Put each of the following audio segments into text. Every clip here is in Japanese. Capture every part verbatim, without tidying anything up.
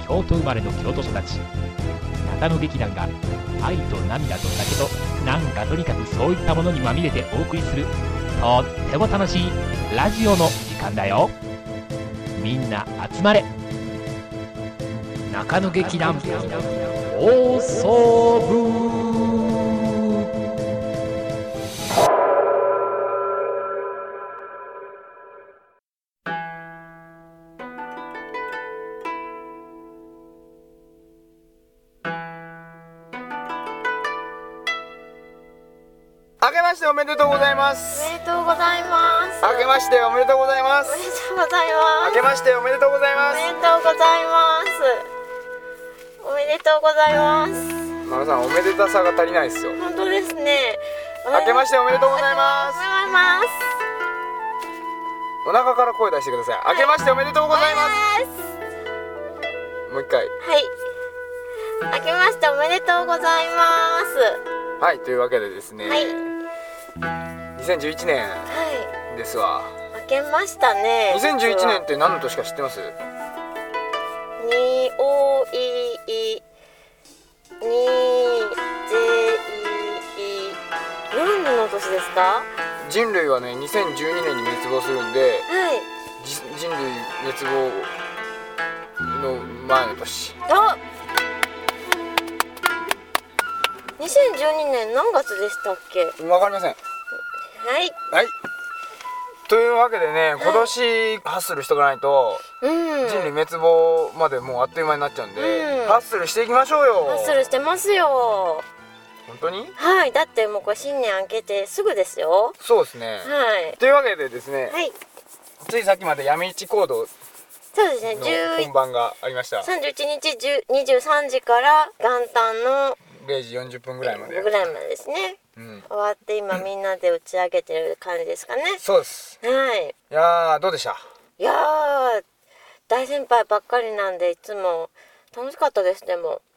京都生まれの京都育ち、中野劇団が愛と涙と酒となんかとにかくそういったものにまみれてお送りするとっても楽しいラジオの時間だよ。みんな集まれ、中野劇団放送部。 明けましておめでとうございます。 おめでとうございます。 明けましておめでとうございます。 おめでとうございます。 明けましておめでとうございます。 おめでとうございます。おめでとうございます。 マナさん、おめでたさが足りないですよ。 本当ですね。 明けましておめでとうございます。 おめでとうございます。 お腹から声出してください。明けましておめでとうございます。もう一回。 はい。明けましておめでとうございます。 はい、というわけでですね、 はい、 にせんじゅういちねはんですわ。 い、明けましたね。 にせんじゅういちねんって何の年か知ってます？ においいにぜい何の年ですか？ 人類はね、にせんじゅうにねんに滅亡するんで、 はい、 じ人類滅亡の前の年。 あ、にせんじゅうにねん何月でしたっけ？ わかりません。 はいはい。というわけでね、今年ハッスルしとかないと、 うん、 人類滅亡までもうあっという間になっちゃうんで、 うん、 ハッスルしていきましょうよ。 ハッスルしてますよ。 本当に？ はい、だってもうこれ新年明けてすぐですよ。 そうですね。 はい。 というわけでですね、 はい。 ついさっきまで闇市行動そうですね。 の本番がありました。 さんじゅういちにちにじゅうさんじから元旦のれいじよんじゅっぷんぐらいまで。 ぐらいまでですね。 うん。 終わって今みんなで打ち上げてる感じですかね。 そうです。 はい。 いやー、どうでした？ いやー、大先輩ばっかりなんでいつも楽しかったです。でも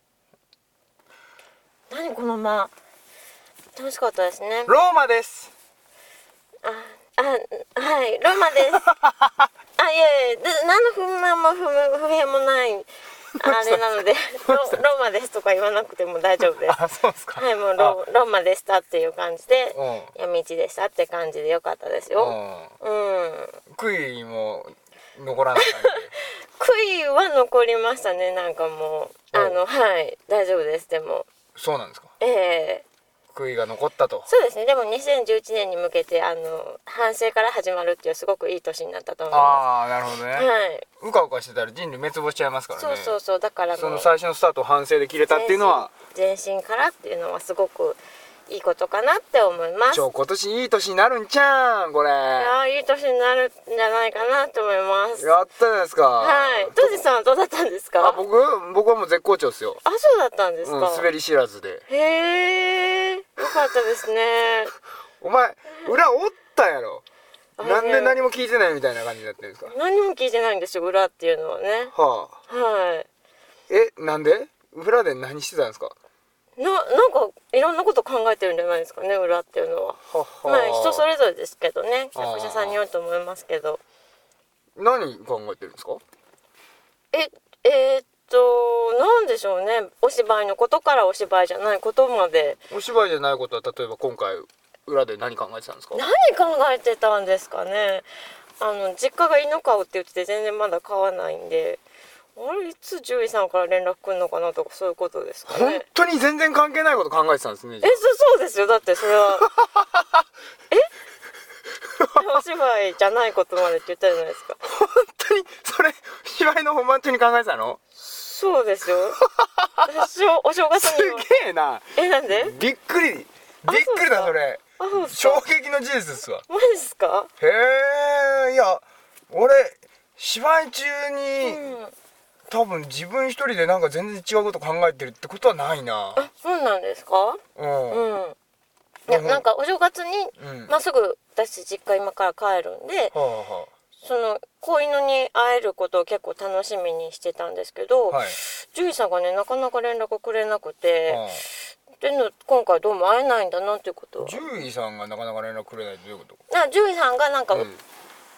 何この間楽しかったですね。 ローマです。 あ、あ、はい、ローマです。あ、いやいや、で何の不満も不不平もないあれなのでロ、ローマですとか言わなくても大丈夫です。 あ、そうですか。 はい、もうロローマでしたっていう感じで、 うん、 闇市でしたって感じでよかったですよ。うん。うん、 悔いも残らない感じで。 悔いは残りましたね。なんかもうあのはい大丈夫です。でもそうなんですか。 ええー、 悔いが残ったと。 そうですね。でもにせんじゅういちねんに向けてあの反省から始まるっていうすごくいい年になったと思います。 ああ、なるほどね。 はい。 うかうかしてたら人類滅亡しちゃいますからね。 そうそうそう。だからもうその最初のスタートを反省で切れたっていうのは全身からっていうのはすごくいいことかなって思います。 今年いい年になるんちゃうんこれ。いやいい年になるんじゃないかなと思います。 やったじゃないですか。 はい。当時さんはどうだったんですか？ あ、僕僕はもう絶好調ですよ。 あ、そうだったんですか。 うん、滑り知らずで。 へえ、よかったですね。 お前裏おったやろ。なんで何も聞いてないみたいな感じになってるんですか？ 何も聞いてないんですよ、裏っていうのはね。 はあ。はい。 え、なんで？裏で何してたんですか？ な、なんかいろんなこと考えてるんじゃないですかね、裏っていうのは。 はは。 まあ人それぞれですけどね、役者さんによると思いますけど。 何考えてるんですか？ え、えー、っとなんでしょうね。お芝居のことからお芝居じゃないことまで。 お芝居じゃないことは例えば今回裏で何考えてたんですか？ 何考えてたんですかね。あの実家が犬飼うって言ってて全然まだ飼わないんで。あれいつ獣医さんから連絡来るのかなとかそういうことですかね。 本当に全然関係ないこと考えてたんですね。 え、そそうですよ。だってそれはえお芝居じゃないことまでって言ったじゃないですか。 本当にそれ芝居の本番中に考えてたの？ そうですよ。私お正月にすげえな。 え、なんで？ びっくりびっくりだそれ。 あ、そうです衝か。 撃の事実ですわ。 マジですか？ へえ。いや俺芝居中に、うん、多分自分一人でなんか全然違うこと考えてるってことはないな。 あ、そうなんですか？うん、うん、いや、なんかお正月に、うん、まあすぐ私実家今から帰るんで、はあはあ、その子犬に会えることを結構楽しみにしてたんですけど、はい、獣医さんがねなかなか連絡くれなくて、はあ、での今回どうも会えないんだなっていうこと。 獣医さんがなかなか連絡くれないってどういうこと？ あ、獣医さんがなんか、うん、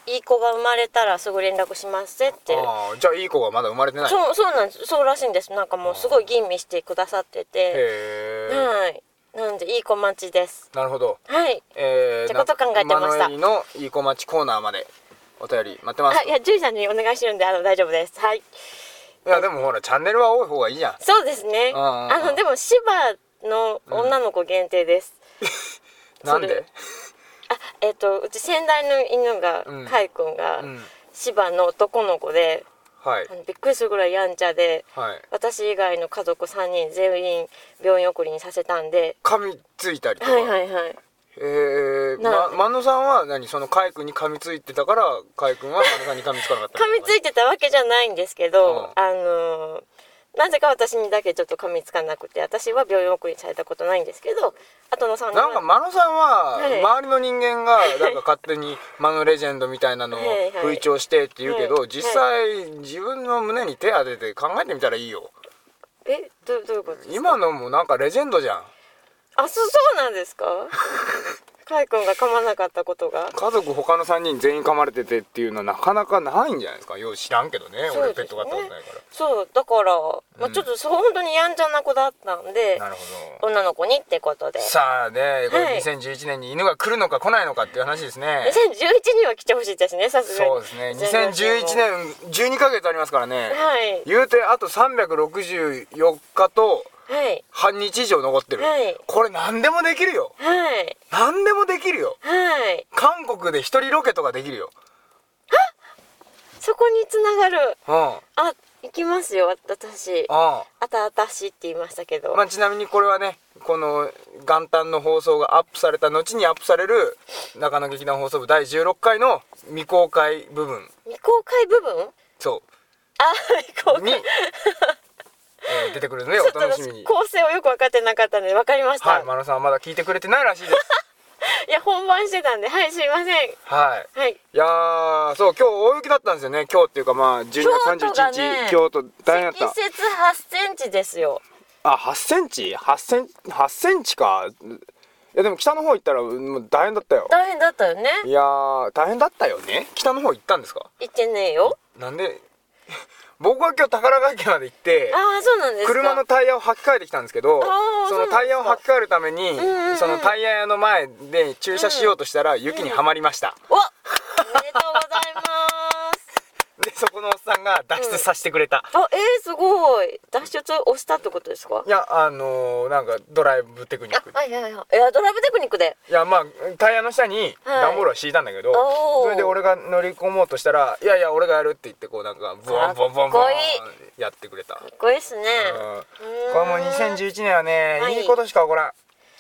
いい子が生まれたらすぐ連絡しますって。 ああ、じゃあいい子がまだ生まれてない。 そうそうなんです。そうらしいんです。なんかもうすごい吟味してくださってて。 へえ。 はい。なんでいい子待ちです。 なるほど。 はい。 えー、 ってこと考えてました。 マノエリのいい子待ちコーナーまでお便り待ってます。 あ、いや、ジュリさんにお願いしてるんで、あの大丈夫です。はい。いやでもほらチャンネルは多い方がいいじゃん。 そうですね。あのでもシバの女の子限定です。 うん、なんで？ あ、えっ、ー、とうち先代の犬が、うん、カイ君が、うん、シバの男の子で、はい、あのびっくりするぐらいやんちゃで、はい、私以外の家族さんにん全員病院送りにさせたんで。 噛みついたりとか。 はいはいはい。 えー、ま、万野さんは何そのカイ君に噛みついてたからカイ君は万野さんに噛みつかなかった噛みついてたわけじゃないんですけど、うん、あのー、なぜか私にだけちょっと噛みつかなくて、私は病院送りされたことないんですけど、あとのさんなんか万野さんは周りの人間がなんか勝手にマノレジェンドみたいなのを吹聴してって言うけど、実際自分の胸に手当てて考えてみたらいいよ。 え、ど, どういうことですか？ 今のもなんかレジェンドじゃん。 あ、そ, そうなんですか？カイ君が噛まなかったことが。 家族他のさんにん全員噛まれててっていうのはなかなかないんじゃないですか。よう知らんけど ね, ね俺ペット飼ったことないから。 そうだから、まあ、ちょっとそう本当にやんちゃな子だったんで、 なるほど女の子にってことで。 さあね、これにせんじゅういちねんに犬が来るのか来ないのかっていう話ですね。 にせんじゅういちには来てほしいですね、さすがに。 そうですね、にせんじゅういちねんじゅうにかげつありますからね、 はい、 言うてあとさんびゃくろくじゅうよっかとはい、 半日以上残ってる、はい、これ何でもできるよ、 はい、 何でもできるよ、 はい、 韓国で一人ロケとかできるよ。 あ、そこにつながる、 うん、 あ、行きますよ私。ああたあたしって言いましたけど、 まあ、ちなみにこれはね、この元旦の放送がアップされた後にアップされる中野劇団放送部だいじゅうろっかいの未公開部分。 未公開部分？ そう。 あ、未公開にえー、出てくるのでお楽しみに。 構成をよく分かってなかったので分かりました。 はい、マノさんはまだ聞いてくれてないらしいです。 いや本番してたんで、はい、すいません。 はい、はい、いやー、そう、今日大雪だったんですよね。今日っていうかまあじゅうにがつさんじゅういちにち、ね、京都大変だった。 積雪はちセンチですよ。 あ、はちセンチ ?はちセンチ、はちセンチか。いやでも北の方行ったらもう大変だったよ。 大変だったよね。 いやー大変だったよね。北の方行ったんですか？ 行ってねえよ。 なんで？僕は今日宝ヶ池まで行って、 ああそうなんですか。 車のタイヤを履き替えてきたんですけど、そのタイヤを履き替えるために、うんうんうん、そのタイヤ屋の前で駐車しようとしたら雪にはまりました、 うんうん、お、おめでとうございますでそこのおっさんが脱出させてくれた、 うん、あ、えー、すごい。脱出押したってことですか？ いや、あのー、なんかドライブテクニック。 あ、はいはいはい。いや、ドライブテクニックで、 いや、まあタイヤの下に段ボールは敷いたんだけど、はい、それで俺が乗り込もうとしたら、いやいや俺がやるって言って、こうなんかボンボンボンボンやってくれた。かっこいいっすね。 うん、これもうにせんじゅういちねんはね、はい、いいことしか起こらん。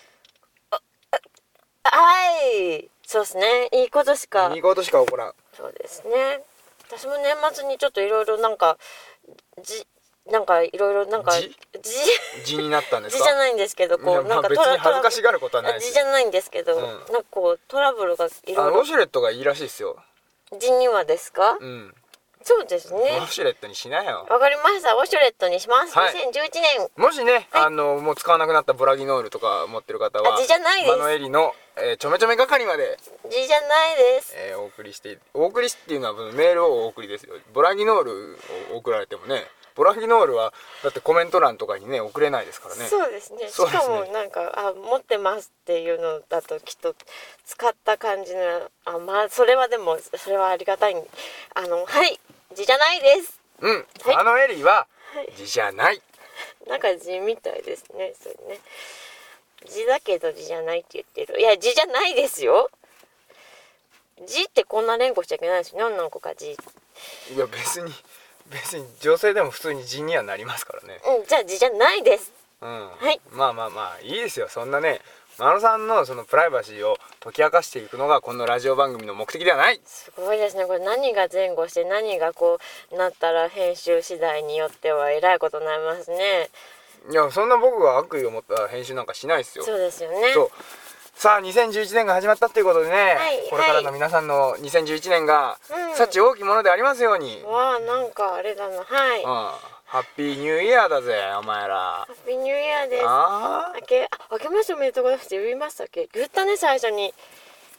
はい、そうですね、いいことしかいいことしか起こらん。 そうですね。私も年末にちょっといろいろなんかじなんかいろいろなんかじじになったんですか？ じじゃないんですけど、こうなんか別に恥ずかしがることはないです。 じじゃないんですけど、うん、なんかこうトラブルがいろいろ。 あのウォシュレットがいいらしいですよ。 じにはですか？ うん。 そうですね。 ウォシュレットにしなよ。 わかりました。ウォシュレットにします。はい、にせんじゅういちねん。 もしね、はい、あのもう使わなくなったブラギノールとか持ってる方は、 じじゃないです。 マノエリの、えー、ちょめちょめ係まで。 じじゃないです。 えー、お送りしてお送りっていうのはメールをお送りですよ。ブラギノールを送られてもね。ブラギノールはだってコメント欄とかにね送れないですからね。 そうですね。しかもなんかあ持ってますっていうのだときっと使った感じのあまあそれはでもそれはありがたい。あのはい字じゃないです。 うん。はい、マノエリは字じゃない。 なんか字みたいですね。それね。字だけど字じゃないって言ってる。いや字じゃないですよ。字ってこんな連呼しちゃいけないですよ。女の子が字。 いや別に。別に女性でも普通に字にはなりますからね。 うん、じゃあ字じゃないです。 うん、 はい。 まあまあまあいいですよ。そんなね、マノさんのそのプライバシーを解き明かしていくのがこのラジオ番組の目的ではない。 すごいですね。これ何が前後して何がこうなったら編集次第によってはえらいことになりますね。 いやそんな僕が悪意を持った編集なんかしないですよ。 そうですよね。 そう。さあにせんじゅういちねんが始まったっていうことでね、はい、これからの皆さんのにせんじゅういちねんが、うん、幸大きいものでありますように。 わあなんかあれだな。はい、 ああハッピーニューイヤーだぜお前ら。 ハッピーニューイヤーです。 ああ明けあ明けましておめでとうございますって言いましたっけ？言ったね最初に。明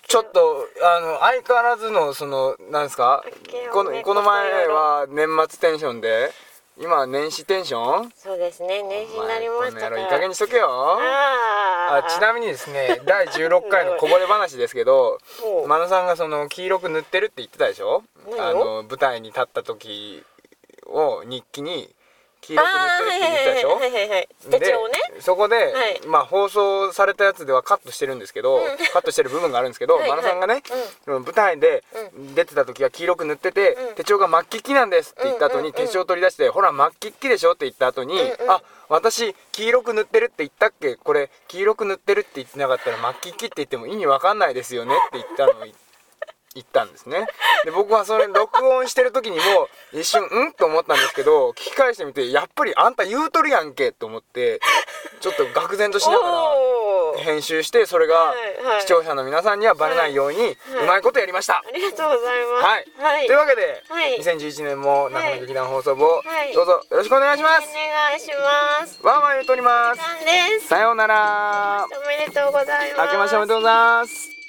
ちょっとあの相変わらずのそのなんですか、このこの前は年末テンションで、今は年始テンション。 そうですね、年始になりましたから。 いい加減にしとけよ。あちなみにですね、だいじゅうろっかいのこぼれ話ですけど、真野さんがその黄色く塗ってるって言ってたでしょ。あの舞台に立った時を日記に黄色く塗ってるって言ってたでしょ。 はいはいはい、手帳をね。 そこで、はい、まあ放送されたやつではカットしてるんですけど、うん、カットしてる部分があるんですけど、真野さんがね、うん、舞台で出てた時は黄色く塗ってて、うん、手帳が真っ黄々なんですって言った後に、うん、手帳を取り出して、ほら真っ黄々でしょって言った後に、うん、あ、私黄色く塗ってるって言ったっけ、これ黄色く塗ってるって言ってなかったら真っ黄々って言っても意味わかんないですよねって言ったのを言ったんですね。で僕はそれ録音してる時にも一瞬うんと思ったんですけど、聞き返してみてやっぱりあんた言うとるやんけと思って、ちょっと愕然としながら編集して、それが視聴者の皆さんにはバレないようにうまいことやりました。 ありがとうございます。 はい、はい、というわけで、はい、にせんじゅういちねんも中野劇団放送部をどうぞよろしくお願いします。 お願いします。 ワンワン言うとります。 さんです。 さようなら。 おめでとうございます。 明けましておめでとうございます。